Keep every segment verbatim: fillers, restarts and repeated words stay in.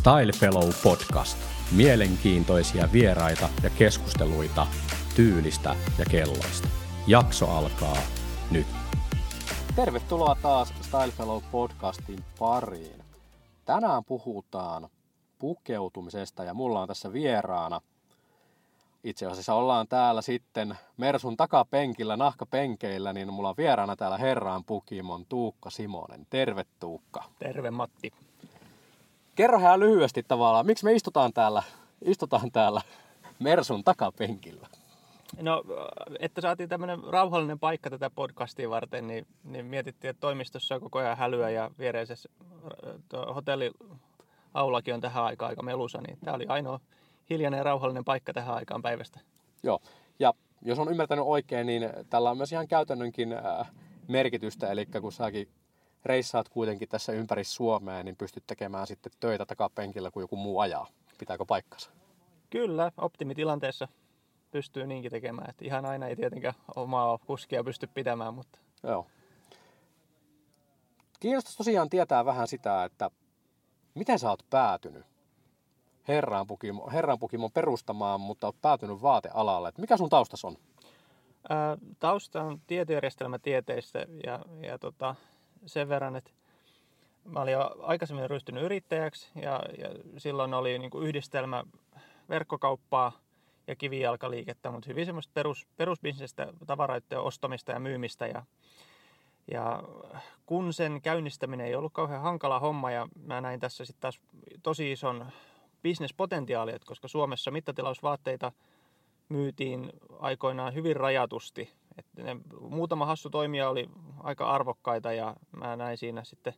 Style Fellow Podcast. Mielenkiintoisia vieraita ja keskusteluita tyylistä ja kelloista. Jakso alkaa nyt. Tervetuloa taas Style Fellow Podcastin pariin. Tänään puhutaan pukeutumisesta ja mulla on tässä vieraana. Itse asiassa ollaan täällä sitten Mersun takapenkillä, nahkapenkeillä, niin mulla on vieraana täällä Herran Pukimon Tuukka Simonen. Terve Tuukka. Terve Matti. Kerro ihan lyhyesti tavallaan, miksi me istutaan täällä, istutaan täällä Mersun takapenkillä? No, että saatiin tämmöinen rauhallinen paikka tätä podcastia varten, niin, niin mietittiin, että toimistossa on koko ajan hälyä ja viereisessä hotelliaulakin on tähän aikaan aika melusa, niin tämä oli ainoa hiljainen ja rauhallinen paikka tähän aikaan päivästä. Joo, ja jos on ymmärtänyt oikein, niin tällä on myös ihan käytännönkin merkitystä, eli kun säkin reissaat kuitenkin tässä ympäri Suomea, niin pystyt tekemään sitten töitä takapenkillä, kun joku muu ajaa. Pitääkö paikkansa? Kyllä, optimitilanteessa pystyy niinkin tekemään. Että ihan aina ei tietenkään omaa kuskia pysty pitämään, mutta... Joo. Kiinnostaisi tosiaan tietää vähän sitä, että miten sä oot päätynyt Herran Pukimon, Herran Pukimon perustamaan, mutta oot päätynyt vaatealalle. Että mikä sun taustas on? Ää, tausta on tietojärjestelmätieteistä ja, ja tota, sen verran, että mä olin jo aikaisemmin ryhtynyt yrittäjäksi ja, ja silloin oli niin kuin yhdistelmä verkkokauppaa ja kivijalkaliikettä, mutta hyvin semmoista perus, perusbisnestä, tavaroiden ostamista ja myymistä. Ja, ja kun sen käynnistäminen ei ollut kauhean hankala homma ja mä näin tässä sitten taas tosi ison bisnespotentiaalia, koska Suomessa mittatilausvaatteita myytiin aikoinaan hyvin rajatusti. Että ne, muutama hassu toimija oli aika arvokkaita ja mä näin siinä sitten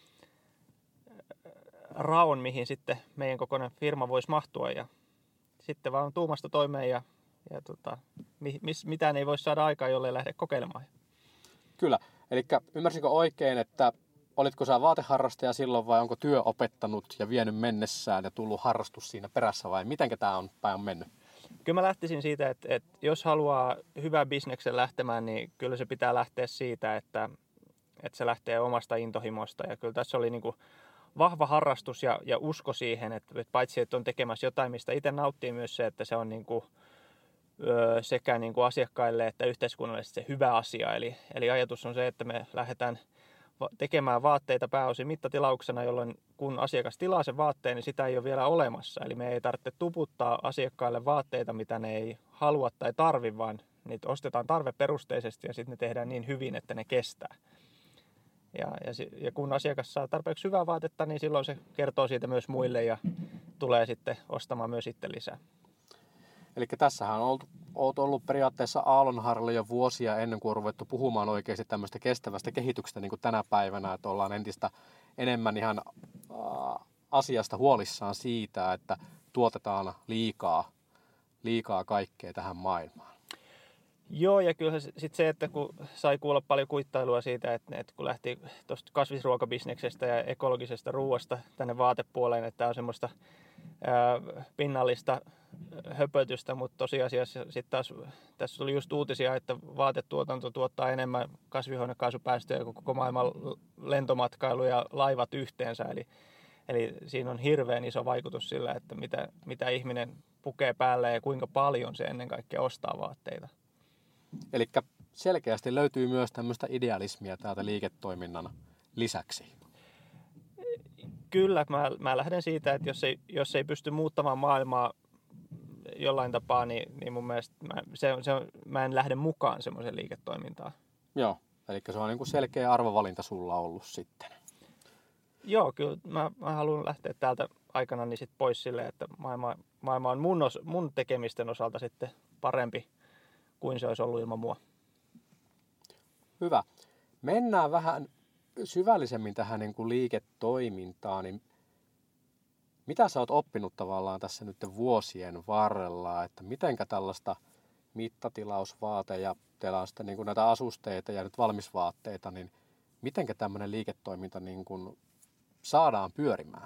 raon, mihin sitten meidän kokoinen firma voisi mahtua. Ja sitten vaan tuumasta toimeen ja, ja tota, mis, mitään ei voi saada aikaa, jollei lähde kokeilemaan. Kyllä. Eli ymmärsinkö oikein, että olitko sä vaateharrastaja silloin vai onko työ opettanut ja vienyt mennessään ja tullut harrastus siinä perässä vai mitenkä tämä on päin on mennyt? Kyllä mä lähtisin siitä, että, että jos haluaa hyvän bisneksen lähtemään, niin kyllä se pitää lähteä siitä, että, että se lähtee omasta intohimosta. Ja kyllä tässä oli niin kuin vahva harrastus ja, ja usko siihen, että, että paitsi että on tekemässä jotain, mistä itse nauttii myös se, että se on niin kuin, ö, sekä niin kuin asiakkaille että yhteiskunnallisesti se hyvä asia. Eli, eli ajatus on se, että me lähdetään tekemään vaatteita pääosin mittatilauksena, jolloin kun asiakas tilaa sen vaatteen, niin sitä ei ole vielä olemassa. Eli me ei tarvitse tuputtaa asiakkaille vaatteita, mitä ne ei halua tai tarvi, vaan niitä ostetaan tarveperusteisesti ja sitten ne tehdään niin hyvin, että ne kestää. Ja, ja, ja kun asiakas saa tarpeeksi hyvää vaatetta, niin silloin se kertoo siitä myös muille ja tulee sitten ostamaan myös itse lisää. Eli tässähän on ollut, olet ollut periaatteessa aallonharjalla jo vuosia ennen kuin on ruvettu puhumaan oikeasti tämmöistä kestävästä kehityksestä niin kuin tänä päivänä, että ollaan entistä enemmän ihan äh, asiasta huolissaan siitä, että tuotetaan liikaa, liikaa kaikkea tähän maailmaan. Joo, ja kyllä sitten se, että kun sai kuulla paljon kuittailua siitä, että, että kun lähti tuosta kasvisruokabisneksestä ja ekologisesta ruuasta tänne vaatepuoleen, että tämä on semmoista ää, pinnallista höpötystä, mutta tosiasiassa sitten taas tässä tuli just uutisia, että vaatetuotanto tuottaa enemmän kasvihuonekaasupäästöjä kuin koko maailman lentomatkailu ja laivat yhteensä, eli, eli siinä on hirveän iso vaikutus sillä, että mitä, mitä ihminen pukee päälle ja kuinka paljon se ennen kaikkea ostaa vaatteita. Eli selkeästi löytyy myös tämmöistä idealismia täältä liiketoiminnan lisäksi. Kyllä, mä, mä lähden siitä, että jos ei, jos ei pysty muuttamaan maailmaa jollain tapaa, niin, niin mun mielestä mä, se, se, mä en lähde mukaan semmoiseen liiketoimintaan. Joo, eli se on niin kuin selkeä arvovalinta sulla ollut sitten. Joo, kyllä mä, mä haluan lähteä täältä aikana niin sit pois silleen, että maailma, maailma on mun, os, mun tekemisten osalta sitten parempi kuin se olisi ollut ilman mua. Hyvä. Mennään vähän syvällisemmin tähän niin kuin liiketoimintaan. Niin mitä sä oot oppinut tavallaan tässä nyt vuosien varrella, että mitenkä tällaista mittatilausvaate ja tällaista niin kuin näitä asusteita ja nyt valmisvaatteita, niin mitenkä tämmöinen liiketoiminta niin kuin saadaan pyörimään?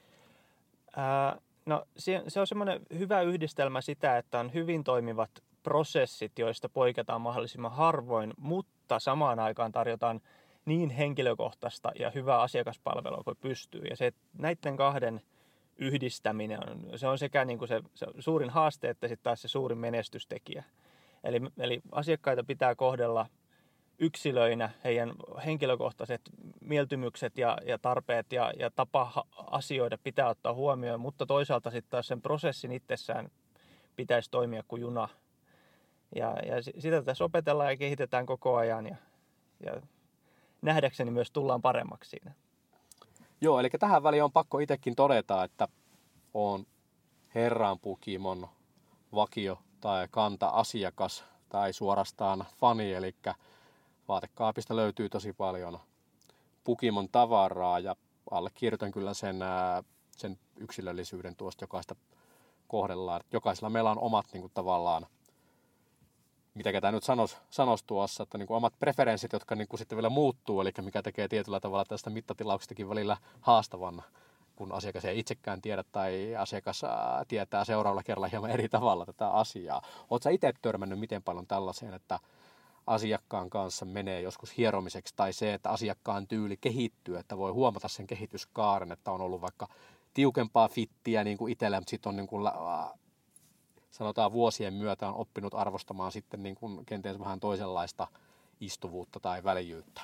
Ää, no se, se on semmoinen hyvä yhdistelmä sitä, että on hyvin toimivat prosessit, joista poiketaan mahdollisimman harvoin, mutta samaan aikaan tarjotaan niin henkilökohtaista ja hyvää asiakaspalvelua kuin pystyy. Ja se, näiden kahden yhdistäminen on, se on sekä niin kuin se, se suurin haaste että sitten taas se suurin menestystekijä. Eli, eli asiakkaita pitää kohdella yksilöinä, heidän henkilökohtaiset mieltymykset ja, ja tarpeet ja, ja tapa asioida pitää ottaa huomioon, mutta toisaalta sitten taas sen prosessin itsessään pitäisi toimia kuin juna. Ja, ja sitä tässä opetellaan ja kehitetään koko ajan ja, ja nähdäkseni myös tullaan paremmaksi siinä. Joo, eli tähän väliin on pakko itsekin todeta, että on Herran Pukimon vakio tai kanta-asiakas tai suorastaan fani, eli vaatekaapista löytyy tosi paljon Pukimon tavaraa ja allekirjoitan kyllä sen, sen yksilöllisyyden tuosta jokaista kohdellaan. Jokaisella meillä on omat niin kuin, tavallaan, mitä tämä nyt sanoisi, sanoisi tuossa, että niin kuin, omat preferenssit, jotka niin kuin, sitten vielä muuttuu, eli mikä tekee tietyllä tavalla tästä mittatilauksestakin välillä haastavan, kun asiakas ei itsekään tiedä tai asiakas tietää seuraavalla kerralla hieman eri tavalla tätä asiaa. Oletko sä itse törmännyt miten paljon tällaiseen, että asiakkaan kanssa menee joskus hieromiseksi tai se, että asiakkaan tyyli kehittyy, että voi huomata sen kehityskaaren, että on ollut vaikka tiukempaa fittiä niin kuin itsellä, mutta sitten on niin kuin, sanotaan vuosien myötä on oppinut arvostamaan sitten niin kuin kenties vähän toisenlaista istuvuutta tai väljyyttä.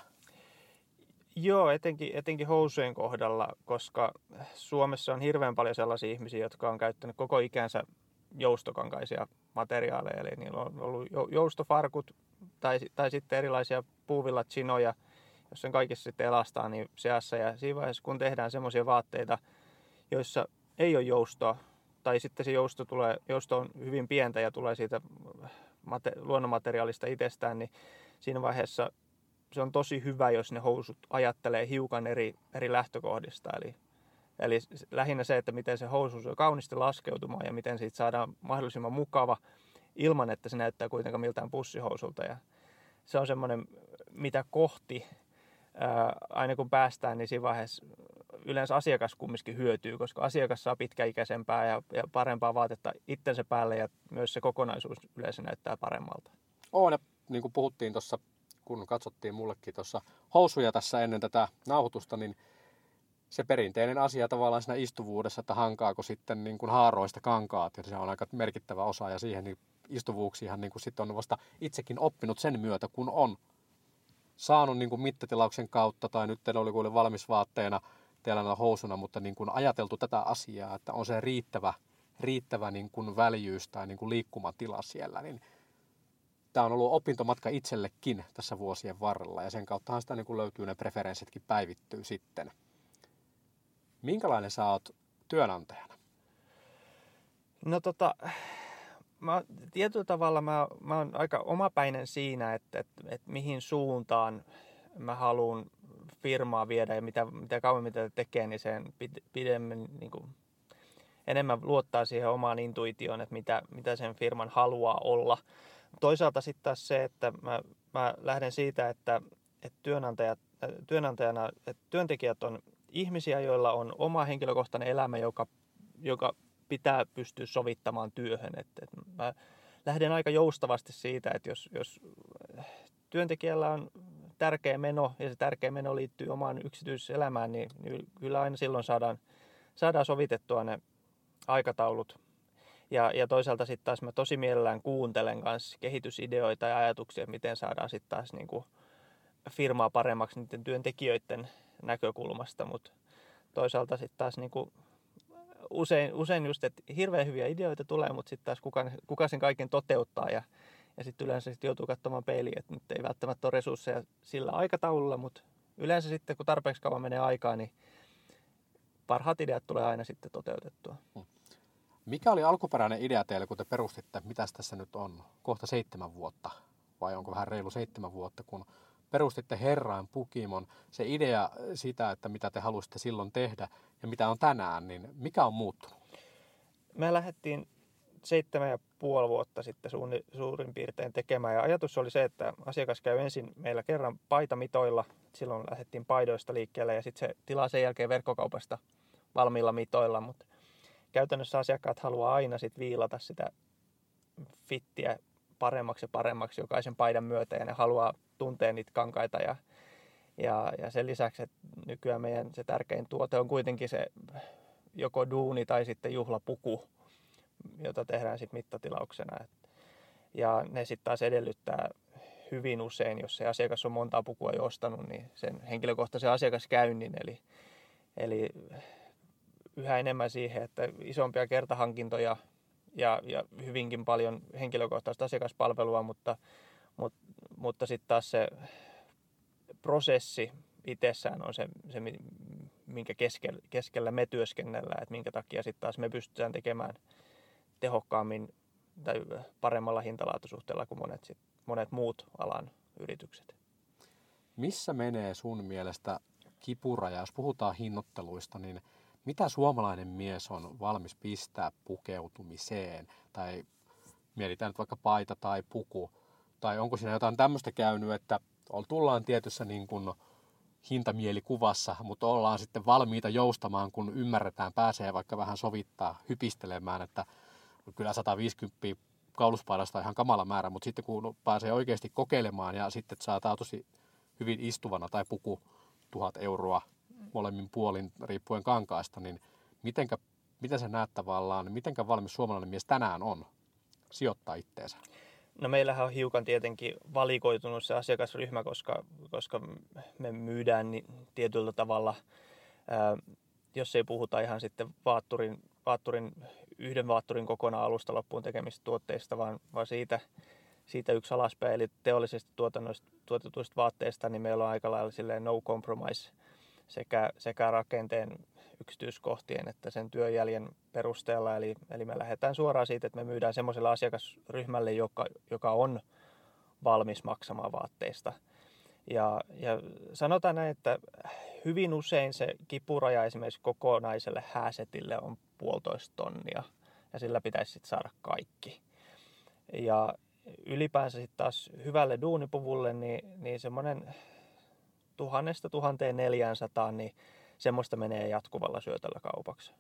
Joo, etenkin, etenkin housujen kohdalla, koska Suomessa on hirveän paljon sellaisia ihmisiä, jotka on käyttänyt koko ikänsä joustokankaisia materiaaleja, eli niillä on ollut joustofarkut tai, tai sitten erilaisia puuvillachinoja, jos sen kaikissa sitten elastaa niin seassa. Ja siinä vaiheessa, kun tehdään semmoisia vaatteita, joissa ei ole joustoa, tai sitten se jousto, tulee, jousto on hyvin pientä ja tulee siitä mate, luonnonmateriaalista itsestään, niin siinä vaiheessa se on tosi hyvä, jos ne housut ajattelee hiukan eri, eri lähtökohdista. Eli, eli lähinnä se, että miten se housu saa kauniisti laskeutumaan ja miten siitä saadaan mahdollisimman mukava ilman, että se näyttää kuitenkaan miltään pussihousulta. Ja se on semmoinen, mitä kohti ää, aina kun päästään, niin siinä vaiheessa yleensä asiakas kumminkin hyötyy, koska asiakas saa pitkäikäisempää ja, ja parempaa vaatetta itsensä päälle ja myös se kokonaisuus yleensä näyttää paremmalta. On, ja niin kuin puhuttiin tuossa, kun katsottiin mullekin tuossa housuja tässä ennen tätä nauhoitusta, niin se perinteinen asia tavallaan siinä istuvuudessa, että hankaako sitten niin kuin haaroista kankaat, ja se on aika merkittävä osa, ja siihen niin istuvuuksiinhan niin kuin sitten on vasta itsekin oppinut sen myötä, kun on saanut niin kuin mittatilauksen kautta, tai nyt oli kuule valmisvaatteena teillä housuna, mutta niin kuin ajateltu tätä asiaa, että on se riittävä, riittävä niin kuin väljyys tai niin kuin liikkumatila siellä, niin tämä on ollut opintomatka itsellekin tässä vuosien varrella, ja sen kauttahan sitä niin kuin löytyy, ne preferenssitkin päivittyy sitten. Minkälainen sä oot työnantajana? No tota, mä, tietyllä tavalla mä, mä oon aika omapäinen siinä, että, että, että mihin suuntaan mä haluan firmaa viedä ja mitä, mitä kauemmin tätä tekee, niin sen pidemmin niin kuin, enemmän luottaa siihen omaan intuitioon, että mitä, mitä sen firman haluaa olla. Toisaalta sitten taas se, että mä, mä lähden siitä, että, että työnantajat, työnantajana että työntekijät on ihmisiä, joilla on oma henkilökohtainen elämä, joka, joka pitää pystyä sovittamaan työhön. Että, että mä lähden aika joustavasti siitä, että jos, jos työntekijällä on tärkeä meno ja se tärkeä meno liittyy omaan yksityiselämään, niin, niin kyllä aina silloin saadaan, saadaan sovitettua ne aikataulut. Ja, ja toisaalta sitten taas mä tosi mielellään kuuntelen kanssa kehitysideoita ja ajatuksia, miten saadaan sitten taas niin kuin firmaa paremmaksi niiden työntekijöiden näkökulmasta, mutta toisaalta sitten taas niin kuin usein, usein just, että hirveän hyviä ideoita tulee, mutta sitten taas kuka, kuka sen kaiken toteuttaa ja, ja sitten yleensä sit joutuu katsomaan peiliin, että nyt ei välttämättä ole resursseja sillä aikataululla, mutta yleensä sitten kun tarpeeksi kauan menee aikaa, niin parhaat ideat tulee aina sitten toteutettua. Mikä oli alkuperäinen idea teille, kun te perustitte, mitä tässä nyt on, kohta seitsemän vuotta, vai onko vähän reilu seitsemän vuotta, kun perustitte Herran Pukimon, se idea sitä, että mitä te halusitte silloin tehdä ja mitä on tänään, niin mikä on muuttunut? Me lähdettiin seitsemän ja puoli vuotta sitten suurin piirtein tekemään ja ajatus oli se, että asiakas käy ensin meillä kerran paitamitoilla, silloin lähdettiin paidoista liikkeelle ja sitten se tilaa sen jälkeen verkkokaupasta valmiilla mitoilla, mutta käytännössä asiakkaat haluaa aina sit viilata sitä fittiä paremmaksi ja paremmaksi jokaisen paidan myötä ja ne haluaa tuntea niitä kankaita ja, ja, ja sen lisäksi, että nykyään meidän se tärkein tuote on kuitenkin se joko duuni tai sitten juhlapuku, jota tehdään sitten mittatilauksena. Ja ne sitten taas edellyttää hyvin usein, jos se asiakas on montaa pukua jo ostanut, niin sen henkilökohtaisen asiakaskäynnin. Eli, eli yhä enemmän siihen, että isompia kertahankintoja ja, ja hyvinkin paljon henkilökohtaista asiakaspalvelua, mutta, mutta, mutta sitten taas se prosessi itsessään on se, se minkä keskellä, keskellä me työskennellään, että minkä takia sitten taas me pystytään tekemään tehokkaammin tai paremmalla hintalaatusuhteella kuin monet, sit, monet muut alan yritykset. Missä menee sun mielestä kipuraja, jos puhutaan hinnoitteluista, niin mitä suomalainen mies on valmis pistää pukeutumiseen? Tai mietitään nyt vaikka paita tai puku. Tai onko siinä jotain tämmöistä käynyt, että tullaan tietyssä niin kuin hintamielikuvassa, mutta ollaan sitten valmiita joustamaan, kun ymmärretään, pääsee vaikka vähän sovittaa, hypistelemään, että kyllä sata viisikymmentä kauluspaidasta on ihan kamala määrä, mutta sitten kun pääsee oikeasti kokeilemaan ja sitten saa tosi hyvin istuvana tai puku tuhat euroa molemmin puolin riippuen kankaasta, niin mitenkä, miten sä näet tavallaan, mitenkä valmis suomalainen mies tänään on sijoittaa itteensä? No meillähän on hiukan tietenkin valikoitunut se asiakasryhmä, koska, koska me myydään niin tietyllä tavalla, ää, jos ei puhuta ihan sitten vaatturin, vaatturin, yhden vaatturin kokonaan alusta loppuun tekemistä tuotteista, vaan, vaan siitä, siitä yksi alaspäin, eli teollisesti tuotetuista vaatteista, niin meillä on aika lailla silleen no compromise sekä, sekä rakenteen yksityiskohtien että sen työjäljen perusteella. Eli, eli me lähdetään suoraan siitä, että me myydään semmoiselle asiakasryhmälle, joka, joka on valmis maksamaan vaatteista. Ja, ja sanotaan näin, että hyvin usein se kipuraja esimerkiksi kokonaiselle hääsetille on puolitoista tonnia, ja sillä pitäisi sitten saada kaikki. Ja ylipäänsä sitten taas hyvälle duunipuvulle, niin, niin semmoinen tuhannesta tuhanteen neljäänsataan, niin semmoista menee jatkuvalla syötöllä kaupaksi.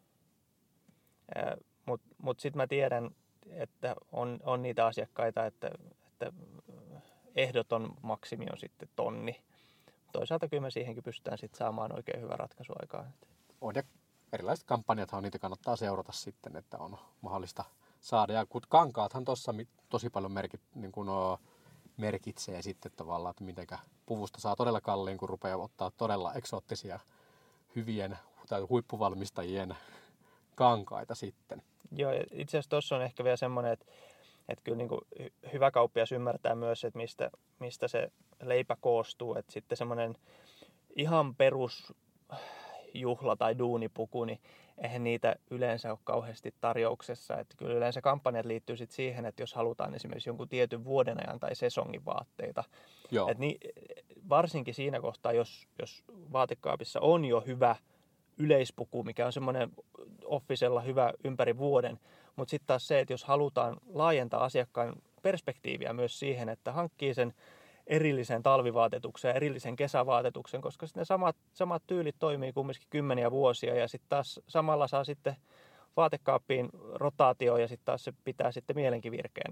Mutta mut sitten mä tiedän, että on, on niitä asiakkaita, että, että ehdoton maksimi on sitten tonni. Toisaalta kyllä me siihenkin pystytään sitten saamaan oikein hyvä ratkaisu aikaan. On, ja erilaiset kampanjathan niitä kannattaa seurata sitten, että on mahdollista saada. Ja kun kankaathan tuossa tosi paljon merkit, niin kun, o, merkitsee sitten tavallaan, että mitenkä puvusta saa todella kalliin, kun rupeaa ottaa todella eksoottisia hyvien tai huippuvalmistajien kankaita sitten. Joo, itse asiassa tuossa on ehkä vielä semmoinen, että, että kyllä niin kuin hyvä kauppias ymmärtää myös, että mistä, mistä se leipä koostuu. Että sitten semmoinen ihan perusjuhla tai duunipuku, niin eihän niitä yleensä ole kauheasti tarjouksessa. Että kyllä yleensä kampanjat liittyy sitten siihen, että jos halutaan esimerkiksi jonkun tietyn vuodenajan tai sesongin vaatteita. Että niin, varsinkin siinä kohtaa, jos, jos vaatekaapissa on jo hyvä yleispuku, mikä on semmoinen offisella hyvä ympäri vuoden, mutta sitten taas se, että jos halutaan laajentaa asiakkaan perspektiiviä myös siihen, että hankkii sen erillisen talvivaatetuksen ja erillisen kesävaatetuksen, koska ne samat, samat tyylit toimii kumminkin kymmeniä vuosia ja sitten taas samalla saa sitten vaatekaappiin rotaatio ja sitten taas se pitää sitten mielenkin virkeänä.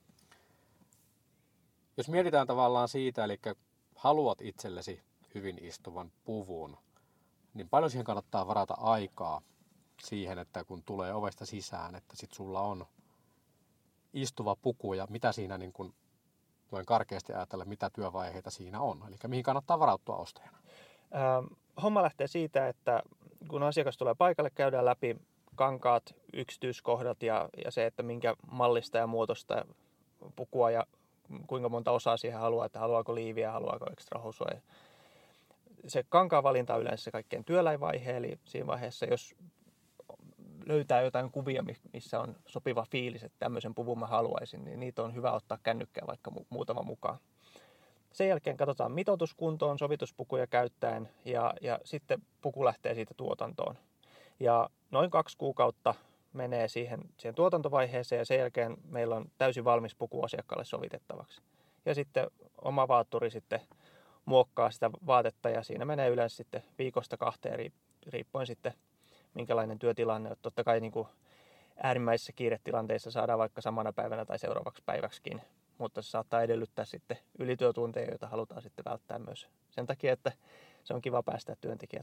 Jos mietitään tavallaan siitä, eli haluat itsellesi hyvin istuvan puvun, niin paljon siihen kannattaa varata aikaa siihen, että kun tulee ovesta sisään, että sit sulla on istuva puku ja mitä siinä niin kuin voin karkeasti ajatella, mitä työvaiheita siinä on. Eli mihin kannattaa varautua ostajana? Ähm, homma lähtee siitä, että kun asiakas tulee paikalle, käydään läpi kankaat, yksityiskohdat ja, ja se, että minkä mallista ja muotoista pukua ja kuinka monta osaa siihen haluaa, että haluaako liiviä, haluaako ekstra hosua. Se kankaan valinta on yleensä se kaikkein työläinvaihe, eli siinä vaiheessa, jos löytää jotain kuvia, missä on sopiva fiilis, että tämmöisen puvun mä haluaisin, niin niitä on hyvä ottaa kännykkään vaikka mu- muutama mukaan. Sen jälkeen katsotaan mitoituskuntoon sovituspukuja käyttäen ja, ja sitten puku lähtee siitä tuotantoon. Ja noin kaksi kuukautta menee siihen, siihen tuotantovaiheeseen ja sen jälkeen meillä on täysin valmis puku asiakkaalle sovitettavaksi. Ja sitten oma vaatturi sitten muokkaa sitä vaatetta ja siinä menee yleensä sitten viikosta kahteen riippuen sitten minkälainen työtilanne on. Totta kai niin kuin äärimmäisissä kiiretilanteissa saadaan vaikka samana päivänä tai seuraavaksi päiväksikin, mutta se saattaa edellyttää sitten ylityötunteja, joita halutaan sitten välttää myös sen takia, että se on kiva päästä työntekijät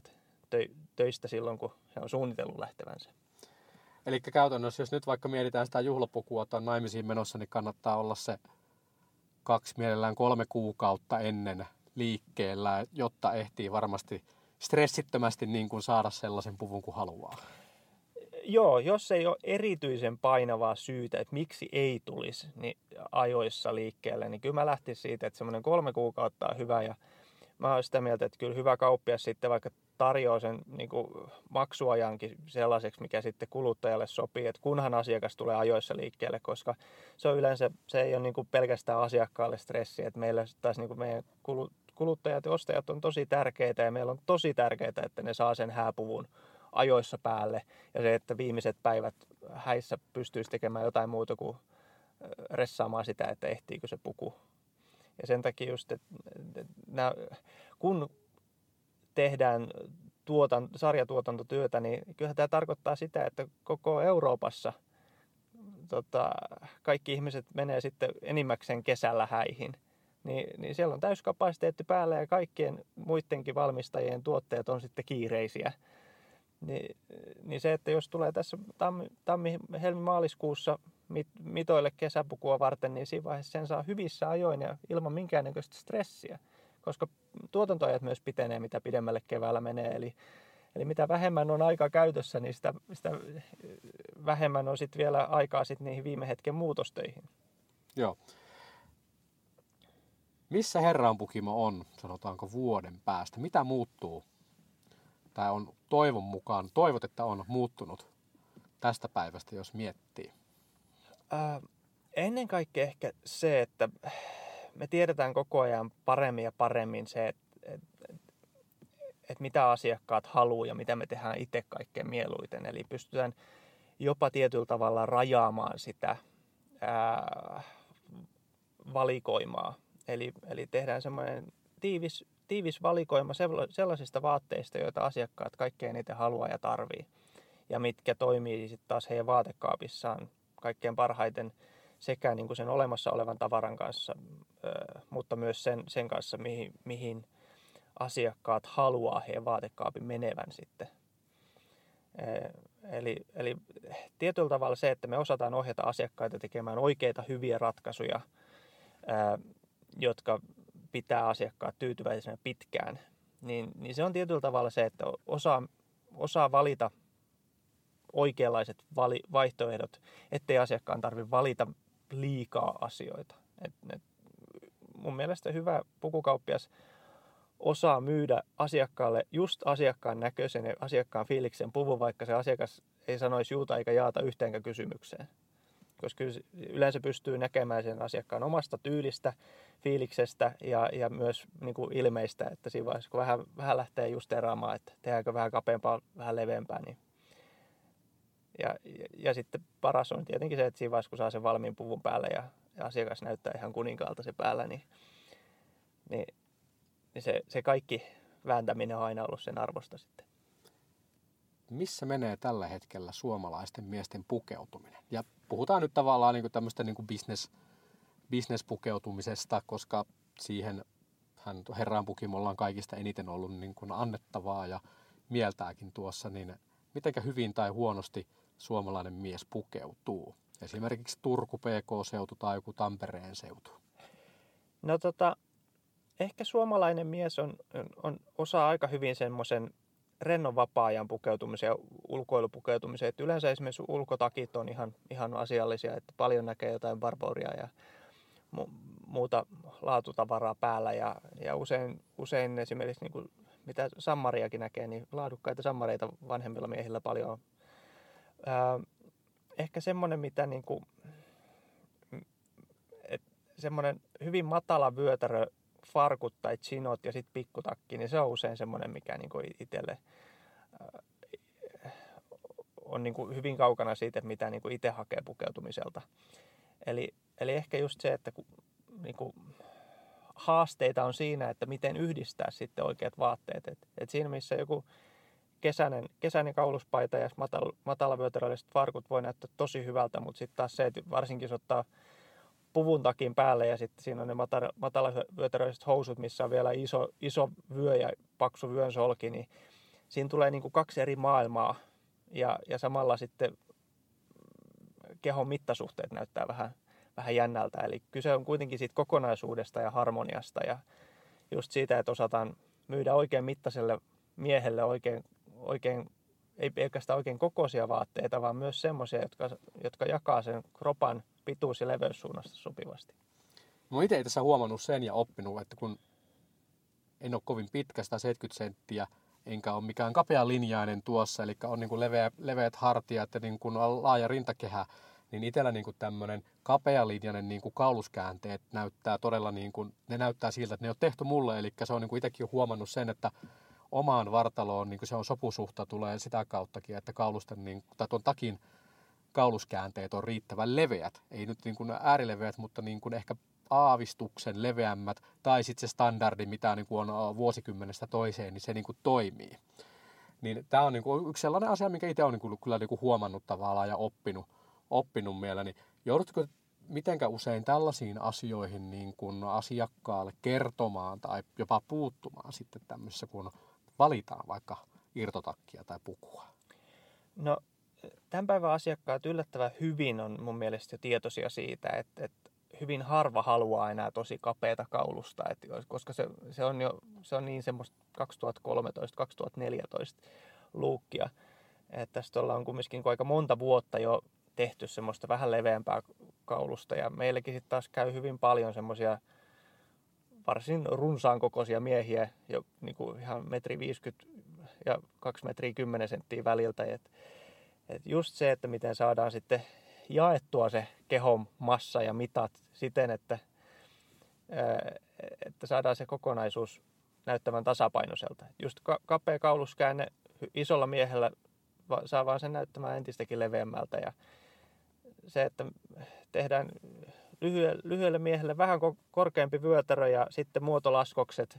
töistä silloin, kun he on suunnitellut lähtevänsä. Eli käytännössä, jos nyt vaikka mietitään sitä juhlapukua, että on naimisiin menossa, niin kannattaa olla se kaksi, mielellään kolme kuukautta ennen liikkeellä, jotta ehtii varmasti stressittömästi niin kuin saada sellaisen puvun kuin haluaa. Joo, jos ei ole erityisen painavaa syytä, että miksi ei tulisi niin ajoissa liikkeelle, niin kyllä mä lähtisin siitä, että semmoinen kolme kuukautta on hyvä. Ja mä oon sitä mieltä, että kyllä hyvä kauppias sitten vaikka tarjoaa sen niin kuin maksuajankin sellaiseksi, mikä sitten kuluttajalle sopii, että kunhan asiakas tulee ajoissa liikkeelle, koska se on yleensä, se ei ole niin kuin pelkästään asiakkaalle stressi, että meillä taas niin kuin meidän kuluttajat ja ostajat on tosi tärkeitä ja meillä on tosi tärkeää, että ne saa sen hääpuvun ajoissa päälle ja se, että viimeiset päivät häissä pystyisi tekemään jotain muuta kuin ressaamaan sitä, että ehtiikö se puku. Ja sen takia just, että nämä, kun tehdään tuotan, sarjatuotantotyötä, niin kyllähän tämä tarkoittaa sitä, että koko Euroopassa tota, kaikki ihmiset menee sitten enimmäkseen kesällä häihin. Niin, niin siellä on täyskapasiteetti päällä ja kaikkien muidenkin valmistajien tuotteet on sitten kiireisiä. Niin, niin se, että jos tulee tässä tammi, tammi helmi-maaliskuussa mit, mitoille kesäpukua varten, niin siinä vaiheessa sen saa hyvissä ajoin ja ilman minkäännäköistä stressiä. Koska tuotantoajat myös pitenee, mitä pidemmälle keväällä menee. Eli, eli mitä vähemmän on aikaa käytössä, niin sitä, sitä vähemmän on sitten vielä aikaa sit niihin viime hetken muutostöihin. Joo. Missä Herraanpukimo on, sanotaanko vuoden päästä? Mitä muuttuu? Tämä on toivon mukaan, toivot, että on muuttunut tästä päivästä, jos miettii. Äh, ennen kaikkea ehkä se, että me tiedetään koko ajan paremmin ja paremmin se, että, että, että mitä asiakkaat haluaa ja mitä me tehdään itse kaikkein mieluiten. Eli pystytään jopa tietyllä tavalla rajaamaan sitä ää, valikoimaa. Eli, eli tehdään semmoinen tiivis, tiivis valikoima sellaisista vaatteista, joita asiakkaat kaikkein eniten haluaa ja tarvii. Ja mitkä toimii sitten taas heidän vaatekaapissaan kaikkein parhaiten sekä niin kuin sen olemassa olevan tavaran kanssa, mutta myös sen, sen kanssa, mihin, mihin asiakkaat haluaa heidän vaatekaapin menevän sitten. Eli, eli tietyllä tavalla se, että me osataan ohjata asiakkaita tekemään oikeita hyviä ratkaisuja, jotka pitää asiakkaat tyytyväisenä pitkään, niin, niin se on tietyllä tavalla se, että osaa, osaa valita oikeanlaiset vali, vaihtoehdot, ettei asiakkaan tarvitse valita liikaa asioita. Et, et mun mielestä hyvä pukukauppias osaa myydä asiakkaalle just asiakkaan näköisen ja asiakkaan fiiliksen puvun, vaikka se asiakas ei sanoisi juuta eikä jaata yhteenkään kysymykseen. Koska yleensä pystyy näkemään sen asiakkaan omasta tyylistä, fiiliksestä ja, ja myös niin kuin ilmeistä, että siinä vaiheessa kun vähän, vähän lähtee justeeraamaan, että tehdäänkö vähän kapeampaa, vähän leveämpää, niin Ja, ja, ja sitten paras on tietenkin se, että siinä vaiheessa, kun saa sen valmiin puvun päälle ja, ja asiakas näyttää ihan kuninkaalta se päällä, niin, niin, niin se, se kaikki vääntäminen on aina ollut sen arvosta sitten. Missä menee tällä hetkellä suomalaisten miesten pukeutuminen? Ja puhutaan nyt tavallaan niin kuin tämmöistä niin kuin business, business-pukeutumisesta, koska siihen hän Herraanpukimolla on kaikista eniten ollut niin kuin annettavaa ja mieltääkin tuossa, niin mitenkä hyvin tai huonosti suomalainen mies pukeutuu? Esimerkiksi Turku P K-seutu tai joku Tampereen seutu. No tota, ehkä suomalainen mies on, on osaa aika hyvin semmoisen rennon vapaa-ajan pukeutumisen ja ulkoilupukeutumisen. Että yleensä esimerkiksi ulkotakit on ihan, ihan asiallisia, että paljon näkee jotain barboria ja mu- muuta laatutavaraa päällä. Ja, ja usein, usein esimerkiksi niin kuin mitä sammariakin näkee, niin laadukkaita sammareita vanhemmilla miehillä paljon on. Ää, ehkä semmoinen, mitä niin kuin, et semmoinen hyvin matala vyötärö, farkut tai chinot ja sitten pikkutakki, niin se on usein semmoinen, mikä niin kuin itselle ää, on niin kuin hyvin kaukana siitä, mitä niin kuin itse hakee pukeutumiselta. Eli, eli ehkä just se, että kun, niin kuin, haasteita on siinä, että miten yhdistää sitten oikeat vaatteet. Et, et siinä missä joku kesäinen, kesäinen kauluspaita ja matal, matalavyötärölliset farkut voi näyttää tosi hyvältä, mutta sitten taas se, että varsinkin jos ottaa puvun takin päälle ja sitten siinä on ne matala, matalavyötärölliset housut, missä on vielä iso, iso vyö ja paksu vyönsolki, niin siinä tulee niin kuin kaksi eri maailmaa ja, ja samalla sitten kehon mittasuhteet näyttää vähän, vähän jännältä. Eli kyse on kuitenkin siitä kokonaisuudesta ja harmoniasta ja just siitä, että osataan myydä oikein mittaiselle miehelle oikein, oikein ei pelkästään oikein kokoisia vaatteita, vaan myös semmoisia, jotka, jotka jakaa sen kropan pituus- ja leveyssuunnasta sopivasti. Mä itse tässä huomannut sen ja oppinut, että kun en ole kovin pitkä, sitä seitsemänkymmentä senttiä, enkä ole mikään kapealinjainen tuossa, eli on niin kuin leveä, leveät hartiat ja niin kuin laaja rintakehä, niin itsellä niin kuin tämmöinen kapealinjainen niin kuin kauluskäänteet näyttää todella, niin kuin, ne näyttää siltä, että ne on tehty mulle, eli se on niin kuin itsekin huomannut sen, että omaan vartaloon niin kuin se on sopusuhta tulee sitä kauttakin, että kaulusten, niin, tai tuon takin kauluskäänteet on riittävän leveät, ei nyt niin kuin äärileveät, mutta niin kuin ehkä aavistuksen leveämmät, tai sitten se standardi, mitä niin kuin on vuosikymmenestä toiseen, niin se niin kuin toimii. Niin tämä on niin kuin yksi sellainen asia, minkä itse olen niin kuin, kyllä niin kuin huomannut tavallaan ja oppinut, oppinut mielelläni. Joudutko mitenkä usein tällaisiin asioihin niin kuin asiakkaalle kertomaan tai jopa puuttumaan sitten tämmöisessä, kun valitaan vaikka irtotakkia tai pukua? No, tämän päivän asiakkaat yllättävän hyvin on mun mielestä jo tietoisia siitä, että, että hyvin harva haluaa enää tosi kapeata kaulusta, että, koska se, se, on jo, se on niin semmoista kaksituhattakolmetoista kaksituhattaneljätoista luukkia. Että tästä ollaan kumminkin aika monta vuotta jo tehty semmoista vähän leveämpää kaulusta ja meilläkin sitten taas käy hyvin paljon semmoisia varsin runsaan kokoisia miehiä, jo niin kuin ihan metri viisikymmentä ja kaksi metriä kymmenen senttiä väliltä. Et, et just se, että miten saadaan sitten jaettua se kehon massa ja mitat siten, että, että saadaan se kokonaisuus näyttävän tasapainoiselta. Just kapea kauluskäänne isolla miehellä saa vaan sen näyttämään entistäkin leveämmältä ja se, että tehdään lyhyelle, lyhyelle miehelle vähän korkeampi vyötärö ja sitten muotolaskokset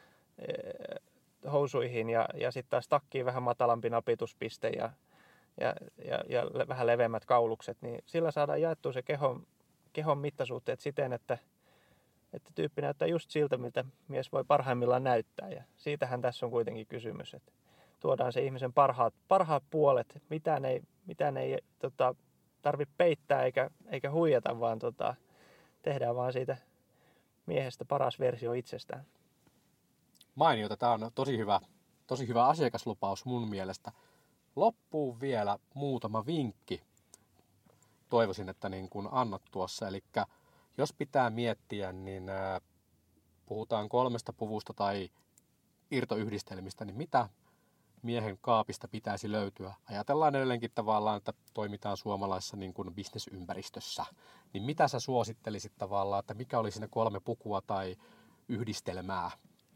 housuihin ja, ja sitten taas takkiin vähän matalampi napituspiste ja, ja, ja, ja vähän leveämmät kaulukset, niin sillä saadaan jaettua se kehon, kehon mittasuhteet siten, että, että tyyppi näyttää just siltä, miltä mies voi parhaimmillaan näyttää ja siitähän tässä on kuitenkin kysymys, että tuodaan se ihmisen parhaat, parhaat puolet, mitään ei, mitään ei tota, tarvitse peittää eikä, eikä huijata, vaan tota, tehdään vaan siitä miehestä paras versio itsestään. Mainiota, tämä on tosi hyvä, tosi hyvä asiakaslupaus mun mielestä. Loppuun vielä muutama vinkki. Toivoisin, että niin kun annat tuossa. Eli jos pitää miettiä, niin ää, puhutaan kolmesta puvusta tai irtoyhdistelmistä, niin mitä miehen kaapista pitäisi löytyä? Ajatellaan edelleenkin tavallaan, että toimitaan suomalaisessa niin kuin bisnesympäristössä. Niin mitä sä suosittelisit tavallaan, että mikä olisi ne kolme pukua tai yhdistelmää?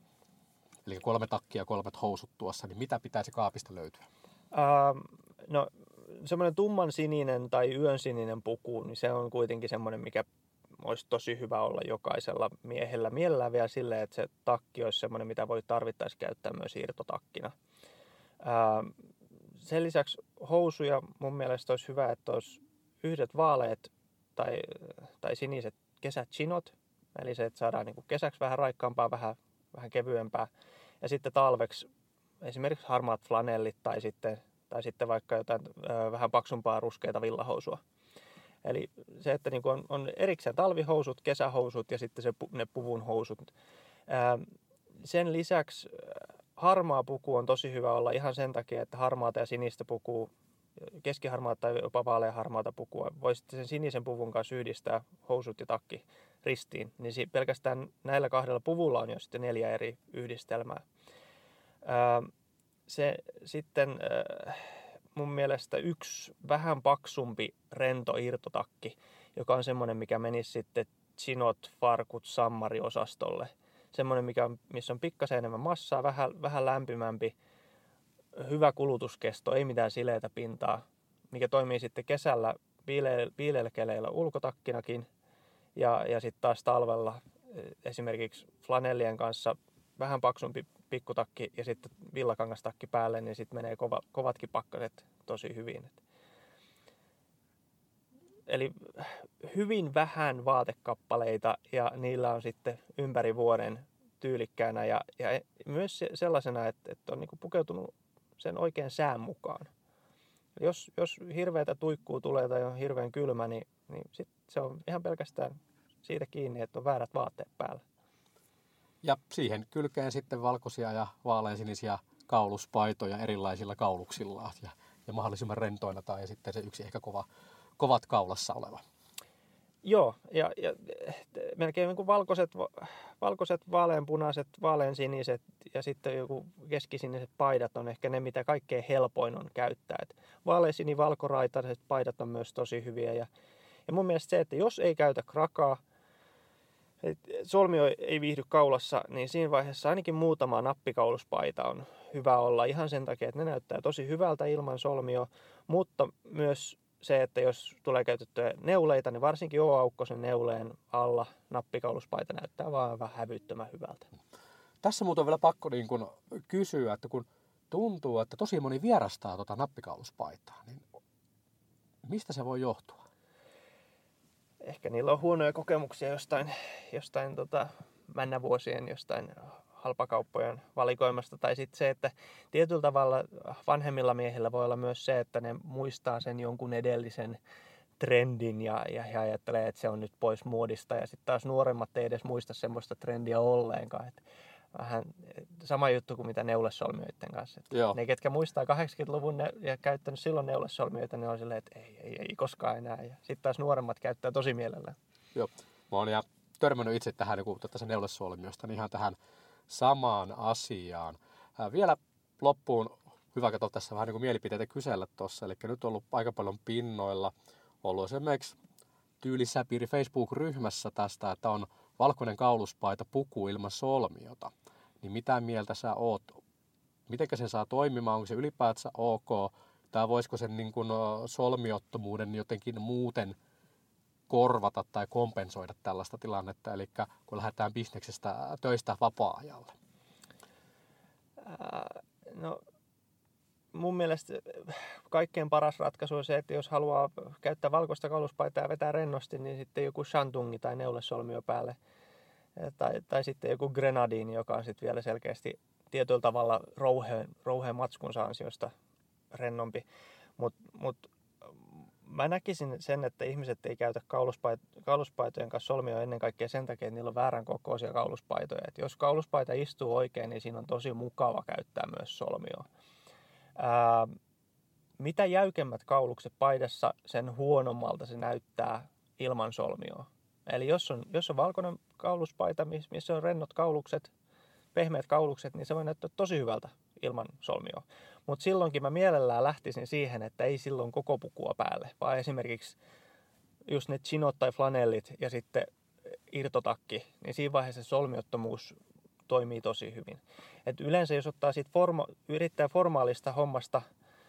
Eli kolme takkia ja kolmet housut tuossa, niin mitä pitäisi kaapista löytyä? Uh, no semmoinen tumman sininen tai yön sininen puku, niin se on kuitenkin semmoinen, mikä olisi tosi hyvä olla jokaisella miehellä. Mielellään vielä silleen, että se takki olisi semmoinen, mitä voi tarvittaessa käyttää myös irtotakkina. Uh, sen lisäksi housuja mun mielestä olisi hyvä, että olisi yhdet vaaleat tai, tai siniset kesächinot. Eli se, että saadaan niin kuin kesäksi vähän raikkaampaa, vähän, vähän kevyempää. Ja sitten talveksi esimerkiksi harmaat flanellit tai sitten, tai sitten vaikka jotain ö, vähän paksumpaa ruskeita villahousua. Eli se, että niin kuin on, on erikseen talvihousut, kesähousut ja sitten se, ne puvun housut. Ää, sen lisäksi harmaa puku on tosi hyvä olla ihan sen takia, että harmaata ja sinistä pukua, keskiharmaata tai jopa vaaleaharmaata pukua, voi sitten sen sinisen puvun kanssa yhdistää housut ja takki ristiin. Niin pelkästään näillä kahdella puvulla on jo sitten neljä eri yhdistelmää. Ää, se sitten ää, mun mielestä yksi vähän paksumpi rento irtotakki, joka on semmoinen, mikä menisi sitten chinot, farkut, sammari-osastolle. Semmoinen, mikä on, missä on pikkasen enemmän massaa, vähän, vähän lämpimämpi, hyvä kulutuskesto, ei mitään sileitä pintaa, mikä toimii sitten kesällä viileillä keleillä ulkotakkinakin ja, ja sitten taas talvella esimerkiksi flanellien kanssa vähän paksumpi pikkutakki ja sitten villakangastakki päälle, niin sitten menee kova, kovatkin pakkaset tosi hyvin. Eli hyvin vähän vaatekappaleita ja niillä on sitten ympäri vuoden tyylikkäänä ja, ja myös sellaisena, että, että on niin kuin pukeutunut sen oikean sään mukaan. Jos, jos hirveätä tuikkuu tulee tai on hirveän kylmä, niin, niin sit se on ihan pelkästään siitä kiinni, että on väärät vaatteet päällä. Ja siihen kylkeen sitten valkoisia ja vaaleansinisiä kauluspaitoja erilaisilla kauluksillaan ja, ja mahdollisimman rentoina tai sitten se yksi ehkä kova, kovat kaulassa oleva. Joo, ja, ja melkein niin kuin valkoiset, valkoiset, vaaleanpunaiset, vaaleansiniset ja sitten joku keskisiniset paidat on ehkä ne, mitä kaikkein helpoin on käyttää. Et vaaleansini, valkoraitaiset paidat on myös tosi hyviä. Ja, ja mun mielestä se, että jos ei käytä krakaa, solmio ei viihdy kaulassa, niin siinä vaiheessa ainakin muutama nappikauluspaita on hyvä olla ihan sen takia, että ne näyttää tosi hyvältä ilman solmio, mutta myös se, että jos tulee käytettyä neuleita, niin varsinkin O-aukkosen neuleen alla nappikauluspaita näyttää vaan vähän hävyttömän hyvältä. Tässä muuten on vielä pakko niin kun kysyä, että kun tuntuu, että tosi moni vierastaa tuota nappikauluspaitaa, niin mistä se voi johtua? Ehkä niillä on huonoja kokemuksia jostain, jostain tota, männävuosien, jostain halpakauppojen valikoimasta. Tai sitten se, että tietyllä tavalla vanhemmilla miehillä voi olla myös se, että ne muistaa sen jonkun edellisen trendin ja, ja, ja ajattelee, että se on nyt pois muodista. Ja sitten taas nuoremmat ei edes muista semmoista trendiä ollenkaan. Et vähän sama juttu kuin mitä neulesolmioiden kanssa. Ne, ketkä muistaa kahdeksankymmentäluvun ne, ja käyttänyt silloin neulesolmioita, ne on silleen, että ei, ei, ei koskaan enää. Ja sitten taas nuoremmat käyttää tosi mielellään. Joo, mä oon ja törmännyt itse tähän niin tästä neulesolmiosta, niin ihan tähän samaan asiaan. Ää, vielä loppuun hyvä katsoa tässä vähän niin kuin mielipiteitä kysellä tuossa. Eli nyt on ollut aika paljon pinnoilla. Ollut esimerkiksi Tyylisäpiiri Facebook-ryhmässä tästä, että on valkoinen kauluspaita puku ilman solmiota. Niin mitä mieltä sä oot? Mitenkä se saa toimimaan? Onko se ylipäätään ok? Tai voisiko sen niin kuin solmiottomuuden jotenkin muuten korvata tai kompensoida tällaista tilannetta? Eli kun lähdetään bisneksestä töistä vapaa-ajalle. Ää, no mun mielestä kaikkein paras ratkaisu on se, että jos haluaa käyttää valkoista kauluspaitaa ja vetää rennosti, niin sitten joku shantungi tai neulesolmio päälle. Tai, tai sitten joku grenadiini, joka on sitten vielä selkeästi tietyllä tavalla rouheen, rouheen matskunsa ansiosta rennompi. Mutta mut, mä näkisin sen, että ihmiset ei käytä kauluspaito- kauluspaitojen kanssa solmioa ennen kaikkea sen takia, että niillä on väärän kokoisia kauluspaitoja. Et jos kauluspaita istuu oikein, niin siinä on tosi mukava käyttää myös solmioa. Ää, mitä jäykemmät kaulukset paidassa, sen huonommalta se näyttää ilman solmioa. Eli jos on, jos on valkoinen kauluspaita, missä on rennot kaulukset, pehmeät kaulukset, niin se voi näyttää tosi hyvältä ilman solmioa. Mutta silloinkin mä mielellään lähtisin siihen, että ei silloin koko pukua päälle, vaan esimerkiksi just ne chinot tai flanellit ja sitten irtotakki, niin siinä vaiheessa solmiottomuus toimii tosi hyvin. Et yleensä jos ottaa siitä forma- yrittää formaalista hommasta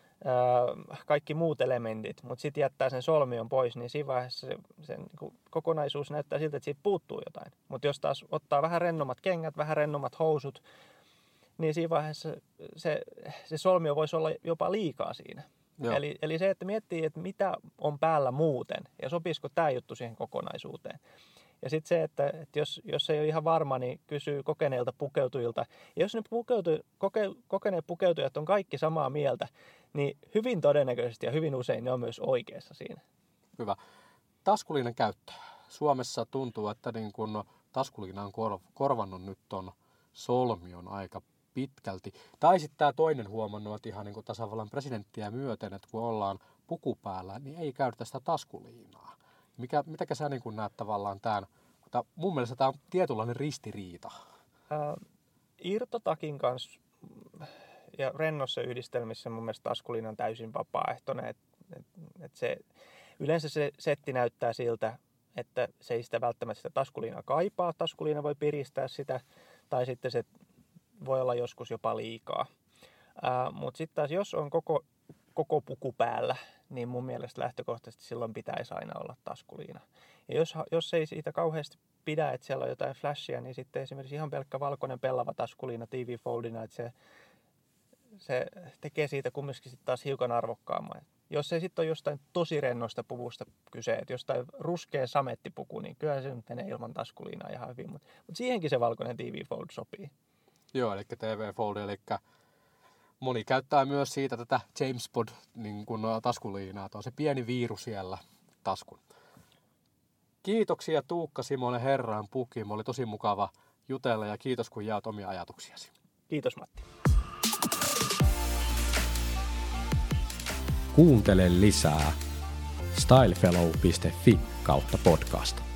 ää, kaikki muut elementit, mutta sitten jättää sen solmion pois, niin siinä vaiheessa se, se niin kokonaisuus näyttää siltä, että siitä puuttuu jotain. Mutta jos taas ottaa vähän rennommat kengät, vähän rennommat housut, niin siinä vaiheessa se, se solmio voisi olla jopa liikaa siinä. Eli, eli se, että miettii, että mitä on päällä muuten ja sopisiko tämä juttu siihen kokonaisuuteen. Ja sitten se, että, että jos, jos ei ole ihan varma, niin kysyy kokeneilta pukeutujilta. Ja jos ne pukeutu, koke, kokeneet pukeutujat on kaikki samaa mieltä, niin hyvin todennäköisesti ja hyvin usein ne on myös oikeassa siinä. Hyvä. Taskuliinan käyttö. Suomessa tuntuu, että niin kun taskuliina on kor, korvannut nyt ton solmion aika pitkälti. Tai sitten tämä toinen huomannut, että ihan niin kuin tasavallan presidenttiä myöten, että kun ollaan puku päällä, niin ei käytetä sitä taskuliinaa. Mikä, mitäkä sä niin kuin näet tavallaan tämän? Tämä, mun mielestä tämä on tietynlainen ristiriita. Ää, irtotakin kanssa ja rennossa yhdistelmissä mun mielestä taskuliina on täysin vapaaehtoinen. Et, et, et se, yleensä se setti näyttää siltä, että se ei sitä välttämättä sitä taskuliinaa kaipaa. Taskuliina voi piristää sitä, tai sitten se voi olla joskus jopa liikaa. Mutta sitten taas jos on koko, koko puku päällä, niin mun mielestä lähtökohtaisesti silloin pitäisi aina olla taskuliina. Ja jos, jos ei siitä kauheasti pidä, että siellä on jotain flashia, niin sitten esimerkiksi ihan pelkkä valkoinen pellava taskuliina T V-foldina, että se, se tekee siitä kumminkin sitten taas hiukan arvokkaamman. Jos ei sitten ole jostain tosi rennosta puvusta kyse, että jostain ruskea samettipuku, niin kyllä se nyt menee ilman taskuliinaa ihan hyvin. Mutta mut siihenkin se valkoinen T V-fold sopii. Joo, eli T V-fold, eli Moni käyttää myös siitä tätä James Bond niin kuin taskuliinaa. Tuo on se pieni viiru siellä taskun. Kiitoksia Tuukka Simonen Herran Pukiin. Oli tosi mukava jutella ja kiitos kun jaat omia ajatuksiasi. Kiitos Matti. Kuuntele lisää stylefellow piste fi kautta podcast.